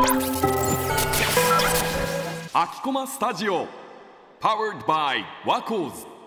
アキコマスタジオ Powered by WACOZ。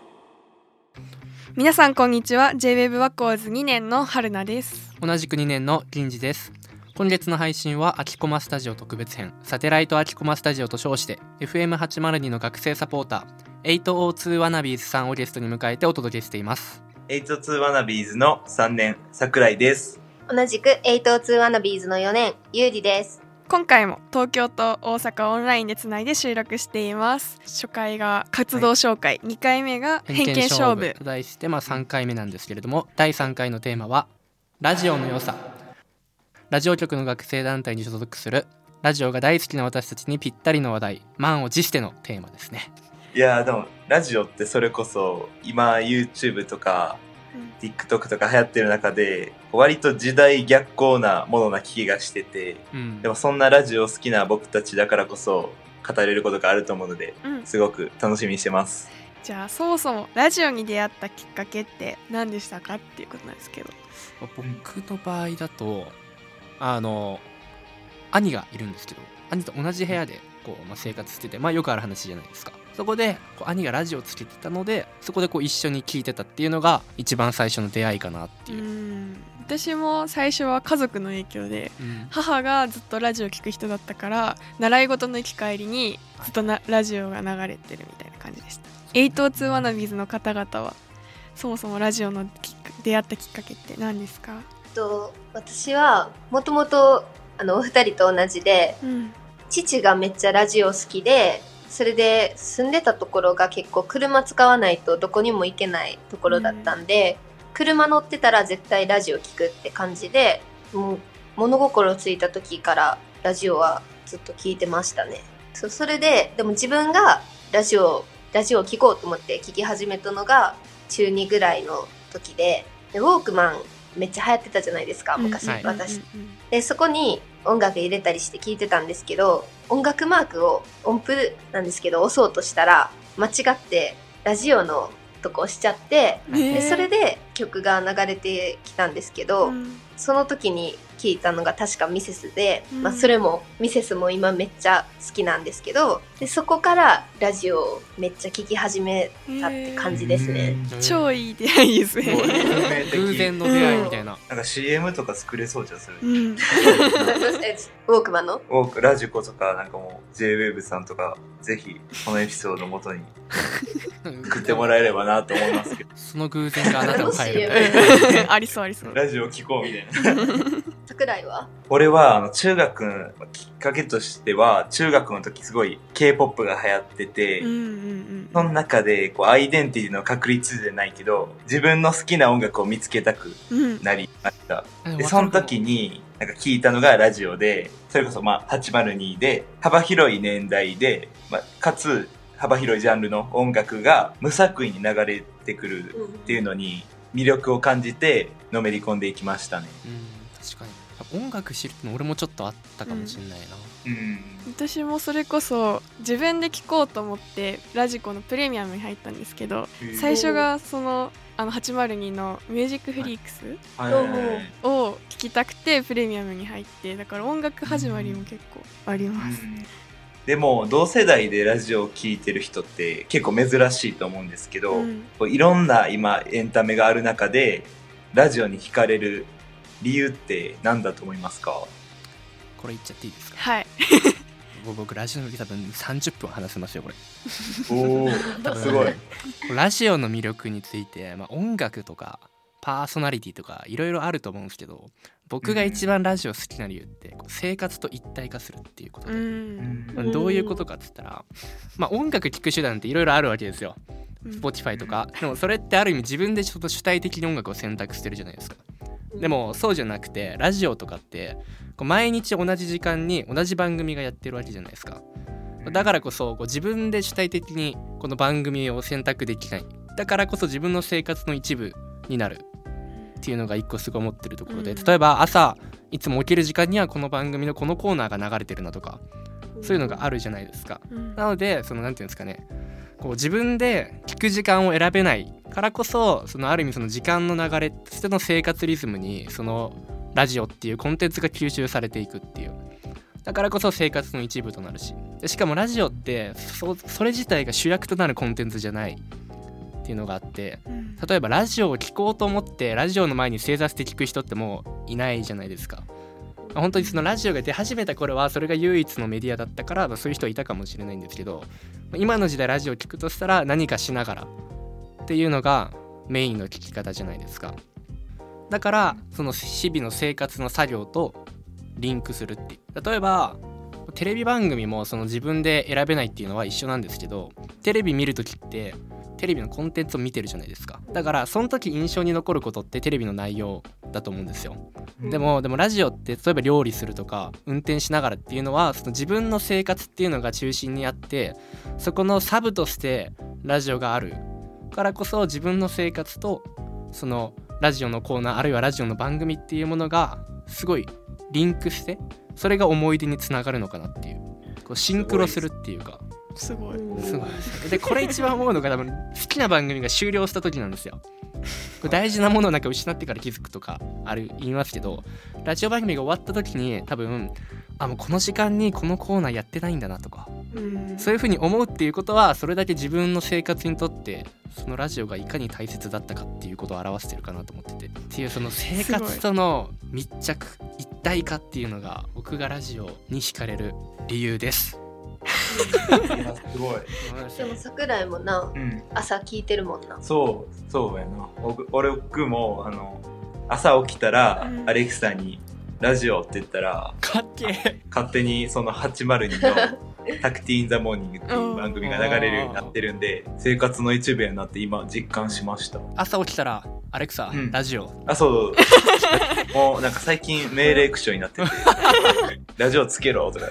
皆さんこんにちは。 J-WAVE ワコーズ2年の春菜です。 同じく2年の銀次です。今月の配信はアキコマスタジオ特別編、サテライトアキコマスタジオと称して FM802 の学生サポーター802ワナビーズさんをゲストに迎えてお届けしています。 802ワナビーズの3年桜井です。 同じく802ワナビーズの4年ゆうりです。 今回も東京と大阪オンラインでつないで収録しています。初回が活動紹介、2回目が偏見勝負と題して、3回目なんですけれども、第3回のテーマはラジオの良さ。ラジオ局の学生団体に所属するラジオが大好きな私たちにぴったりの話題、満を持してのテーマですね。 いやでもラジオってそれこそ今 YouTube とか、TikTok とか流行ってる中で割と時代逆行なものな気がしてて、でもそんなラジオ好きな僕たちだからこそ語れることがあると思うので、すごく楽しみにしてます。 じゃあそもそもラジオに出会ったきっかけって何でしたかっていうことなんですけど、 僕の場合だと兄がいるんですけど、兄と同じ部屋で生活してて、よくある話じゃないですか。そこで兄がラジオつけてたので、そこで一緒に聞いてたっていうのが一番最初の出会いかなっていう。 私も最初は家族の影響で、母がずっとラジオ聞く人だったから、習い事の行き帰りにずっとラジオが流れてるみたいな感じでした。802ワナビーズの方々はそもそもラジオの出会ったきっかけって何ですか？ 私はもともとお二人と同じで、父がめっちゃラジオ好きで、それで住んでたところが結構車使わないとどこにも行けないところだったんで、車乗ってたら絶対ラジオ聞くって感じで、もう物心ついた時からラジオはずっと聞いてましたね。それでも自分がラジオ聞こうと思って聞き始めたのが中2ぐらいの時で、ウォークマンめっちゃ流行ってたじゃないですか昔、私でそこに音楽入れたりして聞いてたんですけど、音楽マークを音符なんですけど押そうとしたら間違ってラジオのとこ押しちゃって、でそれで曲が流れてきたんですけど、その時に聞いたのが確かミセスで、それもミセスも今めっちゃ好きなんですけど、でそこからラジオをめっちゃ聞き始めたって感じですね。 超いい出会いですね。 偶然の出会いみたいな。 なんか CM とか作れそうじゃんそれ。 ウォークマンのラジコとかなんかもう J-WAVE さんとかぜひこのエピソードを元に作ってもらえればなと思いますけど。 その偶然があなたを変える。 ありそうありそう。 ラジオ聞こうみたいな。 桜井は？ 俺は中学きっかけとしては、中学の時すごい K-POP が流行ってて、その中でアイデンティティの確立じゃないけど自分の好きな音楽を見つけたくなりました。でその時になんか聞いたのがラジオで、それこそ802で幅広い年代で、かつ幅広いジャンルの音楽が無作為に流れてくるっていうのに魅力を感じてのめり込んでいきましたね。 確かに音楽知るっての俺もちょっとあったかもしれないな。 私もそれこそ自分で聴こうと思ってラジコのプレミアムに入ったんですけど、最初がその802のミュージックフリークスを聴きたくてプレミアムに入って、だから音楽始まりも結構あります。 でも同世代でラジオを聴いてる人って結構珍しいと思うんですけど、いろんな今エンタメがある中でラジオに惹かれる理由って何だと思いますか？ これ言っちゃっていいですか？ はい。 僕ラジオの時多分30分話せますよこれ。 おーすごい。 ラジオの魅力について、音楽とかパーソナリティとかいろいろあると思うんですけど、僕が一番ラジオ好きな理由って生活と一体化するっていうことで、どういうことかって言ったら、音楽聴く手段っていろいろあるわけですよ。Spotify とか。でもそれってある意味自分でちょっと主体的に音楽を選択してるじゃないですか。でもそうじゃなくてラジオとかって毎日同じ時間に同じ番組がやってるわけじゃないですか。だからこそ自分で主体的にこの番組を選択できない。だからこそ自分の生活の一部になるっていうのが一個すごい思ってるところで、例えば朝いつも起きる時間にはこの番組のこのコーナーが流れてるなとか、そういうのがあるじゃないですか。なのでなんていうんですかね、自分で聞く時間を選べないからこそ、ある意味その時間の流れとしての生活リズムにそのラジオっていうコンテンツが吸収されていくっていう。 だからこそ生活の一部となるし、しかもラジオってそれ自体が主役となるコンテンツじゃないっていうのがあって、例えばラジオを聞こうと思ってラジオの前に正座して聞く人ってもういないじゃないですか。本当にそのラジオが出始めた頃はそれが唯一のメディアだったから、そういう人はいたかもしれないんですけど、今の時代ラジオを聞くとしたら何かしながらっていうのがメインの聞き方じゃないですか。だからその日々の生活の作業とリンクするっていう。例えばテレビ番組もその自分で選べないっていうのは一緒なんですけど、テレビ見るときってテレビのコンテンツを見てるじゃないですか。だからその時印象に残ることってテレビの内容だと思うんですよ。でもラジオって例えば料理するとか運転しながらっていうのは、その自分の生活っていうのが中心にあって、そこのサブとしてラジオがあるからこそ、自分の生活とそのラジオのコーナーあるいはラジオの番組っていうものがすごいリンクして、それが思い出につながるのかなっていう、こうシンクロするっていうか、 すごいでこれ一番思うのが多分好きな番組が終了した時なんですよ。これ大事なものをなんか失ってから気づくとか言いますけど、ラジオ番組が終わった時に多分もうこの時間にこのコーナーやってないんだなとか、そういう風に思うっていうことは、それだけ自分の生活にとってそのラジオがいかに大切だったかっていうことを表してるかなと思ってて、っていうその生活との密着一体化っていうのが僕がラジオに惹かれる理由です。 いやすごい。 でも桜井もな、朝聞いてるもんな。 そうやな。僕も朝起きたら、アレクサにラジオって言ったら勝手にその802のタクティーンザモーニングっていう番組が流れるようになってるんで、生活の一部やなって今実感しました。 朝起きたらアレクサ、ラジオ。 そうもうなんか最近命令口調になっててラジオつけろとか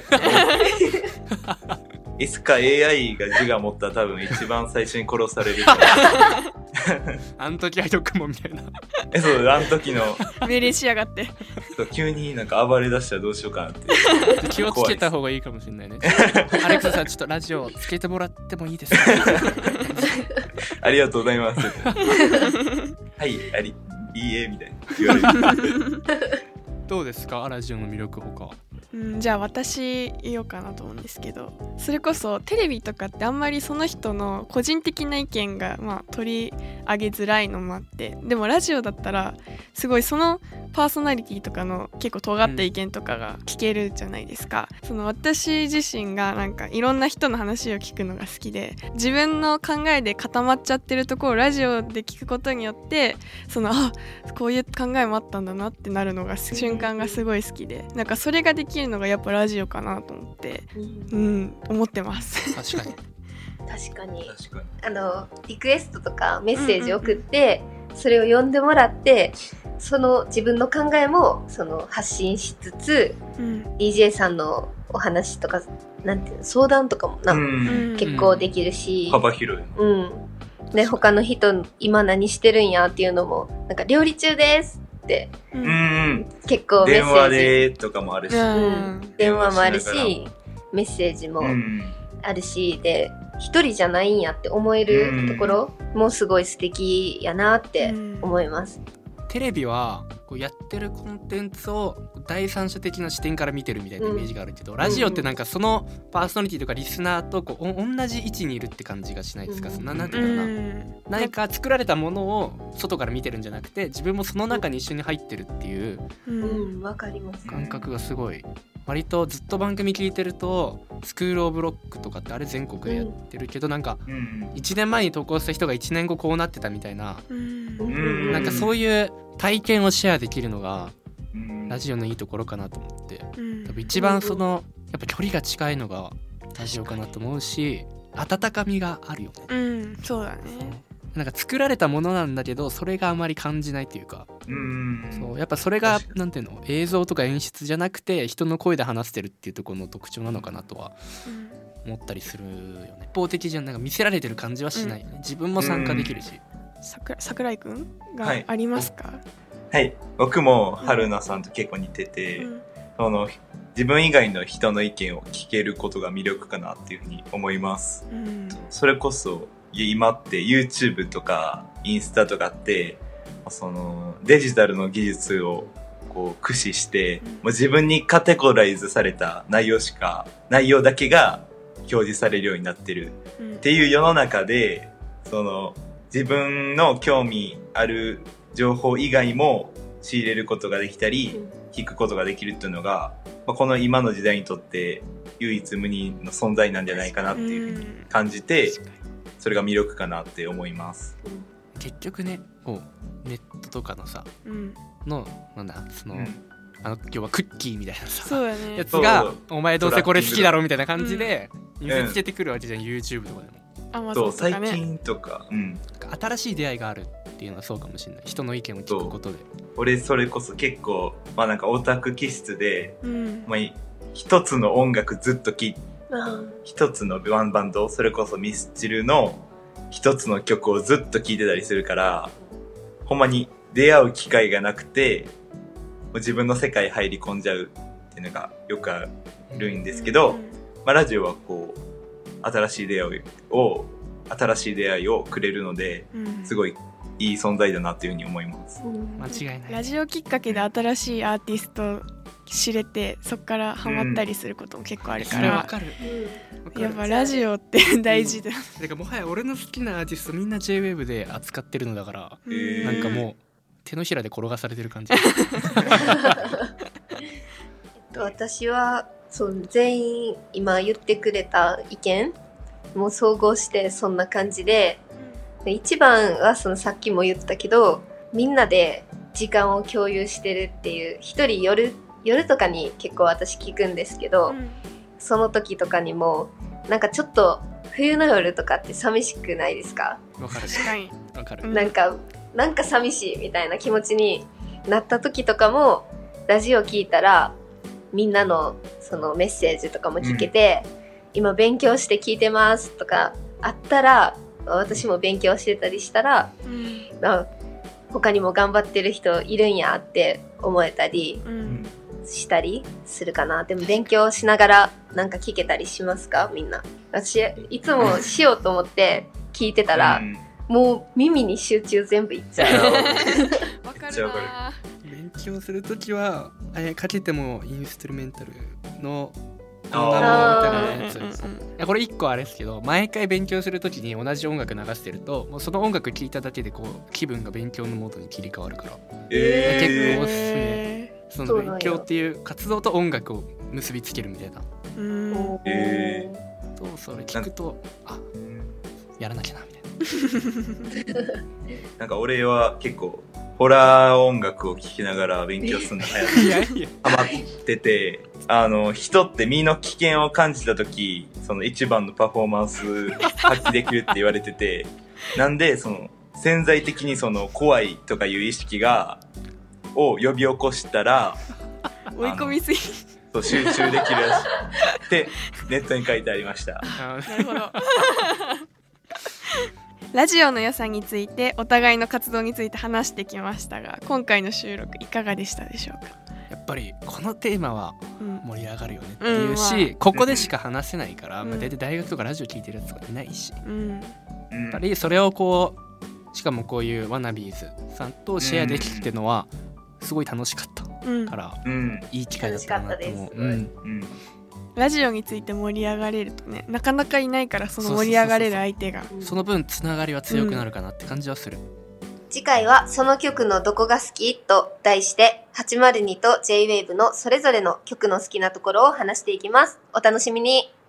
いつか AI が自我持ったら多分一番最初に殺されるあん時はよくもみたいなそうあん時の命令しやがって急になんか暴れ出したらどうしようかなって気をつけた方がいいかもしれないねアレクサさんちょっとラジオつけてもらってもいいですかありがとうございますはいいいえみたいな言われるどうですかラジオの魅力他。 じゃあ私言おうかなと思うんですけど、それこそテレビとかってあんまりその人の個人的な意見が取り上げづらいのもあって、でもラジオだったらすごいそのパーソナリティとかの結構尖った意見とかが聞けるじゃないですか。その私自身がなんかいろんな人の話を聞くのが好きで、自分の考えで固まっちゃってるところをラジオで聞くことによってこういう考えもあったんだなってなるのが瞬間がすごい好きで、なんかそれができるのがやっぱラジオかなと思って、思ってます確かにリクエストとかメッセージ送って、それを読んでもらってその自分の考えもその発信しつつ、DJ さんのお話とかなんていうの相談とかも結構できるし、 幅広い、 で他の人今何してるんやっていうのもなんか料理中ですって、結構メッセージ電話でとかもあるし、 電話もあるしメッセージもあるし、で一人じゃないんやって思えるところもすごい素敵やなって思います。 テレビはこうやってるコンテンツを第三者的な視点から見てるみたいなイメージがあるけど、ラジオってなんかそのパーソナリティとかリスナーとこう同じ位置にいるって感じがしないですか。なんていうかな、何か作られたものを外から見てるんじゃなくて、自分もその中に一緒に入ってるっていうわかります感覚がすごい。割とずっと番組聞いてるとスクールオブロックとかってあれ全国でやってるけど、なんか1年前に投稿した人が1年後こうなってたみたいな、なんかそういう体験をシェアできるのがラジオのいいところかなと思って、多分一番そのやっぱ距離が近いのがラジオかなと思うし、温かみがあるよね。 そうだね。 なんか作られたものなんだけどそれがあまり感じないというか、そうやっぱそれがなんていうの、映像とか演出じゃなくて人の声で話してるっていうところの特徴なのかなとは思ったりするよね。一方的じゃなんか見せられてる感じはしないよね。自分も参加できるし。 桜井くんがありますか？ はい、僕も春菜さんと結構似てて、自分以外の人の意見を聞けることが魅力かなっていうふうに思います。それこそ今って YouTube とかインスタとかってそのデジタルの技術をこう駆使して、もう自分にカテゴライズされた内容だけが表示されるようになってるっていう世の中で、その自分の興味ある情報以外も仕入れることができたり、聞くことができるっていうのが、この今の時代にとって唯一無二の存在なんじゃないかなっていうふうに感じて、それが魅力かなって思います。 結局ね、こうネットとかのさ、のなんだその、今日はクッキーみたいなさ、 そうだね、 やつがお前どうせこれ好きだろみたいな感じで見せつけてくるわけじゃん、YouTube とかでも。 そう、最近とか、 新しい出会いがあるっていうのはそうかもしれない。人の意見を聞くことで。 俺それこそ結構なんかオタク気質で、一つの音楽ずっと一つのバンド、それこそミスチルの一つの曲をずっと聴いてたりするから、ほんまに出会う機会がなくて、自分の世界入り込んじゃうっていうのがよくあるんですけど、ラジオはこう新しい出会いをくれるので、すごいいい存在だなっていうふうに思います。 間違いない。 ラジオきっかけで新しいアーティスト知れて、そこからハマったりすることも結構あるから、 わかる。 やっぱラジオって大事だ。 てかもはや俺の好きなアーティストみんな J-WAVE で扱ってるのだから、なんかもう手のひらで転がされてる感じ。 私は全員今言ってくれた意見も総合してそんな感じで、一番はさっきも言ったけど、みんなで時間を共有してるっていう、一人夜とかに結構私聞くんですけど、その時とかにもなんかちょっと冬の夜とかって寂しくないですか？ わかる。わかる。 なんか寂しいみたいな気持ちになった時とかも、ラジオ聞いたらみんなのそのメッセージとかも聞けて、今勉強して聞いてますとかあったら、私も勉強してたりしたら、他にも頑張ってる人いるんやって思えたりしたりするかな。でも勉強しながらなんか聞けたりしますか？みんな。私いつもしようと思って聞いてたら、もう耳に集中全部いっちゃう。 わかるな。 勉強するときはかけてもインストゥルメンタルのこれ1個あれですけど、毎回勉強するときに同じ音楽流してると、もうその音楽聴いただけでこう気分が勉強のモードに切り替わるから、結構おすすめ。その勉強っていう活動と音楽を結びつけるみたいな。それ聞くとやらなきゃなみたいな。 なんか俺は結構ホラー音楽を聴きながら勉強するのハマってて、人って身の危険を感じた時、その一番のパフォーマンス発揮できるって言われてて、なんでその潜在的にその怖いとかいう意識を呼び起こしたら追い込みすぎ、 集中できるらしいってネットに書いてありました。 なるほど。ラジオの良さについて、お互いの活動について話してきましたが、今回の収録いかがでしたでしょうか？ やっぱりこのテーマは盛り上がるよねっていうし、ここでしか話せないから、大体大学とかラジオ聞いてるやつとかいないし、やっぱりそれをこう、しかもこういうワナビーズさんとシェアできてのはすごい楽しかったから、いい機会だったなと思う。 ラジオについて盛り上がれるとね、なかなかいないから、その盛り上がれる相手がその分つながりは強くなるかなって感じはする。 次回はその曲のどこが好きと題して、802と J-WAVE のそれぞれの曲の好きなところを話していきます。お楽しみに。